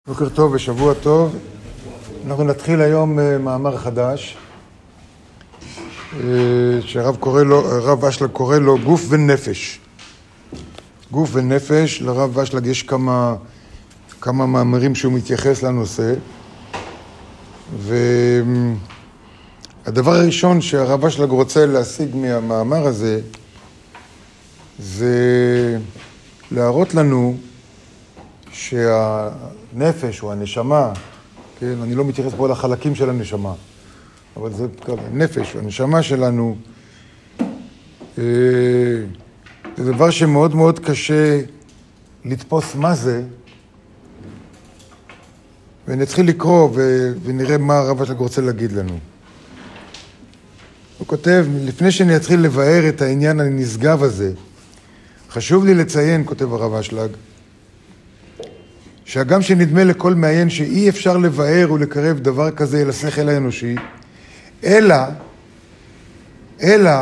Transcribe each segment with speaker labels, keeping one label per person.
Speaker 1: בוקר טוב ושבוע טוב. אנחנו נתחיל היום מאמר חדש שהרב אשלג קורא לו גוף ונפש. גוף ונפש, לרב אשלג יש כמה מאמרים שהוא מתייחס לנושא, והדבר הראשון שהרב אשלג רוצה להשיג מהמאמר הזה זה להראות לנו שהנפש או הנשמה, כן, אני לא מתייחס פה לחלקים של הנשמה, אבל זה הנפש, הנשמה שלנו, זה דבר שמאוד מאוד קשה לתפוס מה זה, ונתחיל לקרוא ונראה מה הרב אשלג רוצה להגיד לנו. הוא כותב, לפני שאני אתחיל לבאר את העניין הנשגב הזה, חשוב לי לציין, כותב הרב אשלג, שהגם שנדמה לכל מעיין שאי אפשר לבאר ולקרב דבר כזה אל השכל האנושי, אלא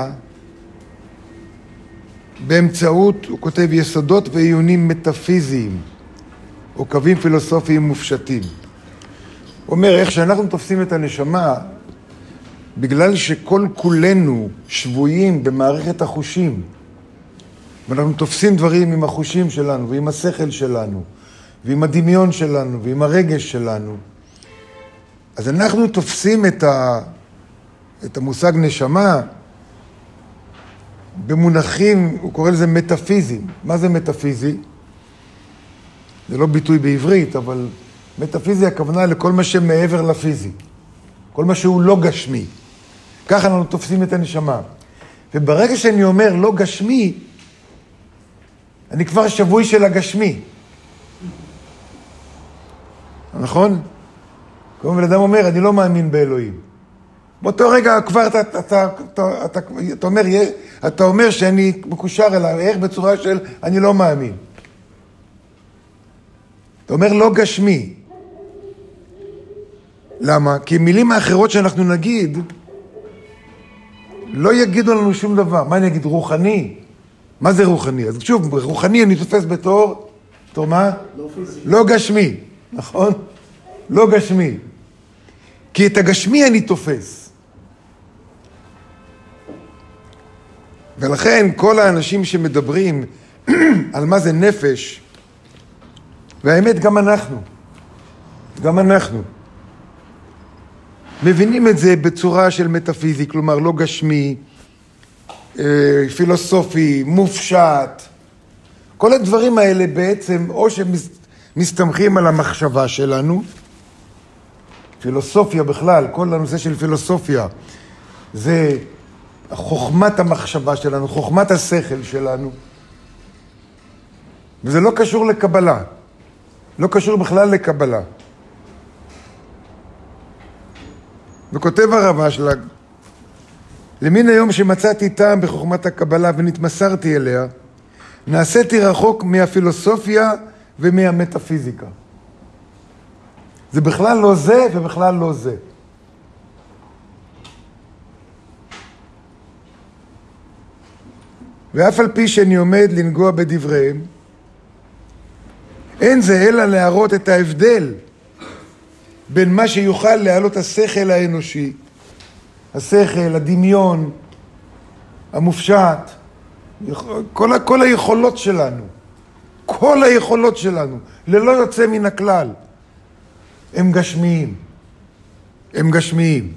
Speaker 1: באמצעות, הוא כותב, יסודות ועיונים מטאפיזיים או קווים פילוסופיים מופשטים. הוא אומר, איך שאנחנו תופסים את הנשמה, בגלל שכל כולנו שבויים במערכת החושים, ואנחנו תופסים דברים עם החושים שלנו ועם השכל שלנו, ועם הדמיון שלנו, ועם הרגש שלנו. אז אנחנו תופסים את המושג נשמה במונחים, הוא קורא לזה מטאפיזיים. מה זה מטאפיזי? זה לא ביטוי בעברית, אבל מטאפיזי הכוונה לכל מה שמעבר לפיזי. כל מה שהוא לא גשמי. ככה אנחנו תופסים את הנשמה. וברגע שאני אומר לא גשמי, אני כבר שבוי של הגשמי. נכון? כמו בן אדם אומר, אני לא מאמין באלוהים. באותו רגע כבר אתה אומר שאני מקושר אליו, איך בצורה של אני לא מאמין. אתה אומר לא גשמי. למה? כי מילים האחרות שאנחנו נגיד, לא יגידו לנו שום דבר. מה אני אגיד? רוחני? מה זה רוחני? אז שוב, רוחני אני תופס בתור מה? לא גשמי. נכון? לא גשמי. כי את הגשמי אני תופס. ולכן כל האנשים שמדברים על מה זה נפש, והאמת גם אנחנו, מבינים את זה בצורה של מטאפיזי, כלומר לא גשמי, פילוסופי, מופשט. כל הדברים האלה בעצם או מסתמכים על המחשבה שלנו, פילוסופיה בכלל, כל הנושא של פילוסופיה, זה חוכמת המחשבה שלנו, חוכמת השכל שלנו, וזה לא קשור לקבלה, לא קשור בכלל לקבלה. וכותב הרב אשלג, למין היום שמצאתי טעם בחוכמת הקבלה ונתמסרתי אליה, נעשיתי רחוק מהפילוסופיה ומהמטאפיזיקה. זה בכלל לא זה ובכלל לא זה. ואף על פי שאני עומד לנגוע בדבריהם, אין זה אלא להראות את ההבדל בין מה שיוכל להעלות השכל האנושי, השכל, הדמיון, המופשט, כל היכולות שלנו. כל היכולות שלנו, ללא יוצא מן הכלל, הם גשמיים. הם גשמיים.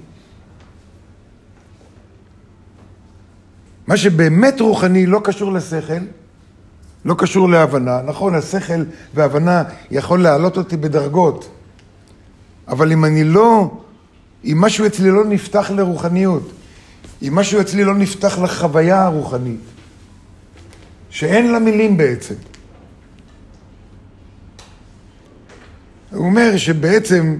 Speaker 1: מה שבאמת רוחני לא קשור לשכל, לא קשור להבנה. נכון, השכל וההבנה יכול להעלות אותי בדרגות, אבל אם משהו אצלי לא נפתח לרוחניות, אם משהו אצלי לא נפתח לחוויה הרוחנית, שאין לה מילים בעצם, הוא אומר שבעצם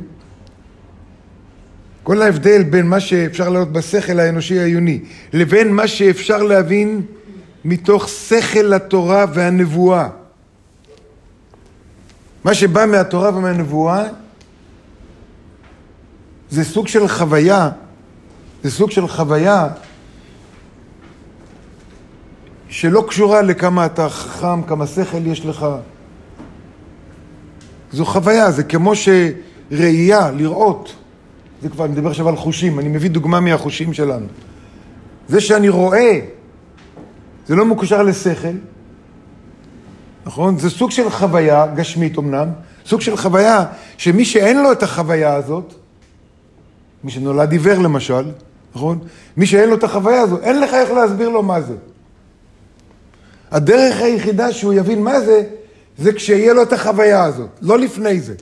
Speaker 1: כל ההבדל בין מה שאפשר לעלות בשכל האנושי העיוני לבין מה שאפשר להבין מתוך שכל התורה והנבואה, מה שבא מהתורה ומהנבואה זה סוג של חוויה, שלא קשורה לכמה אתה חכם, כמה שכל יש לך, זו חוויה, זה כמו שראייה, לראות. זה כבר, אני מדבר עכשיו על חושים, אני מביא דוגמה מהחושים שלנו. זה שאני רואה, זה לא מקושר לשכל, נכון? זה סוג של חוויה, גשמית אמנם, סוג של חוויה שמי שאין לו את החוויה הזאת, מי שנולד עיוור למשל, נכון? מי שאין לו את החוויה הזאת, אין לך איך להסביר לו מה זה. הדרך היחידה שהוא יבין מה זה, זה כשיהיה לו את החוויה הזאת, לא לפני זה.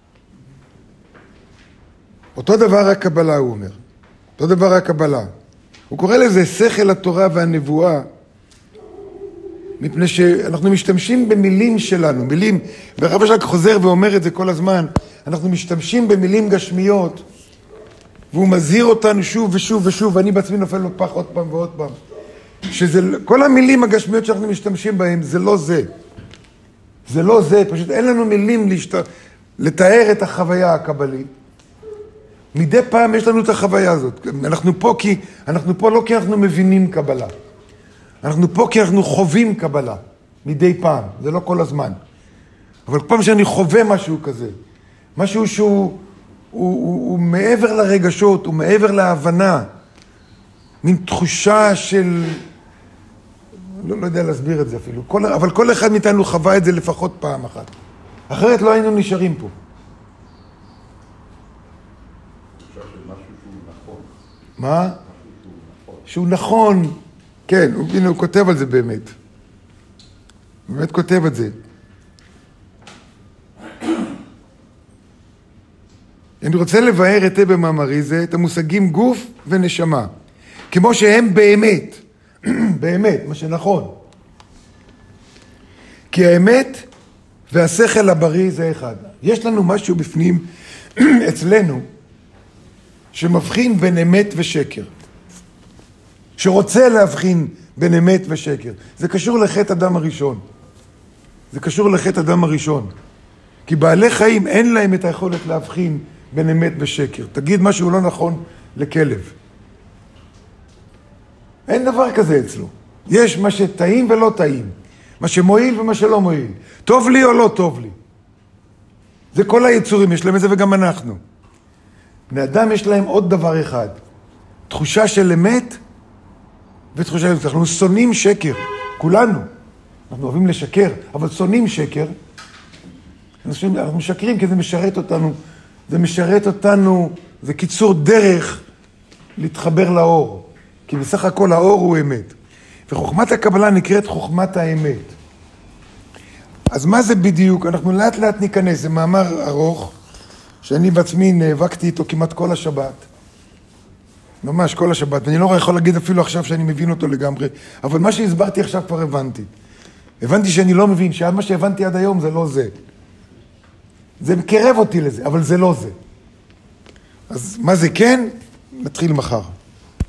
Speaker 1: אותו דבר הקבלה הוא אומר, אותו דבר הקבלה. הוא קורא לזה שכל התורה והנבואה, מפני שאנחנו משתמשים במילים שלנו, מילים, והרב שלך חוזר ואומר את זה כל הזמן, אנחנו משתמשים במילים גשמיות, והוא מזהיר אותנו שוב ושוב ושוב, ואני בעצמי נופל בפח עוד פעם ועוד פעם. כל המילים הגשמיות שאנחנו משתמשים בהם, זה לא זה. זה לא זה, פשוט אין לנו מילים לתאר את החוויה הקבלית. מדי פעם יש לנו את החוויה הזאת. אנחנו פה לא כי אנחנו מבינים קבלה. אנחנו פה כי אנחנו חווים קבלה. מדי פעם, זה לא כל הזמן. אבל פעם שאני חווה משהו כזה, משהו הוא מעבר לרגשות, הוא מעבר להבנה, מין תחושה של, לא יודע להסביר את זה אפילו, אבל כל אחד מאיתנו חווה את זה לפחות פעם אחת. אחרת לא היינו נשארים פה. מה? שהוא נכון. כן, הנה הוא כותב על זה באמת. הוא באמת כותב את זה. אני רוצה לבאר היטב במאמרי זה את המושגים גוף ונשמה. כמו שהם באמת. באמת, מה שנכון. כי האמת והשכל הבריא זה אחד. יש לנו משהו בפנים אצלנו שמבחין בין אמת ושקר. שרוצה להבחין בין אמת ושקר. זה קשור לחטא אדם הראשון. זה קשור לחטא אדם הראשון. כי בעלי חיים אין להם את היכולת להבחין בין אמת ושקר. תגיד משהו לא נכון לכלב. אין דבר כזה אצלו. יש מה שטעים ולא טעים. מה שמועיל ומה שלא מועיל. טוב לי או לא טוב לי. זה כל היצורים, יש להם את זה וגם אנחנו. בני אדם יש להם עוד דבר אחד. תחושה של אמת ותחושה של אמת. אנחנו שונאים שקר. כולנו. אנחנו אוהבים לשקר, אבל שונאים שקר. אנחנו משקרים כי זה משרת אותנו. זה משרת אותנו, זה קיצור דרך להתחבר לאור. כי בסך הכל האור הוא אמת. וחוכמת הקבלה נקראת חוכמת האמת. אז מה זה בדיוק? אנחנו לאט לאט ניכנס. זה מאמר ארוך, שאני בעצמי נאבקתי איתו כמעט כל השבת. ממש כל השבת. ואני לא יכול להגיד אפילו עכשיו שאני מבין אותו לגמרי. אבל מה שהסברתי עכשיו כבר הבנתי. הבנתי שאני לא מבין, שמה שהבנתי עד היום זה לא זה. זה מקרב אותי לזה, אבל זה לא זה. אז מה זה כן? נתחיל מחר.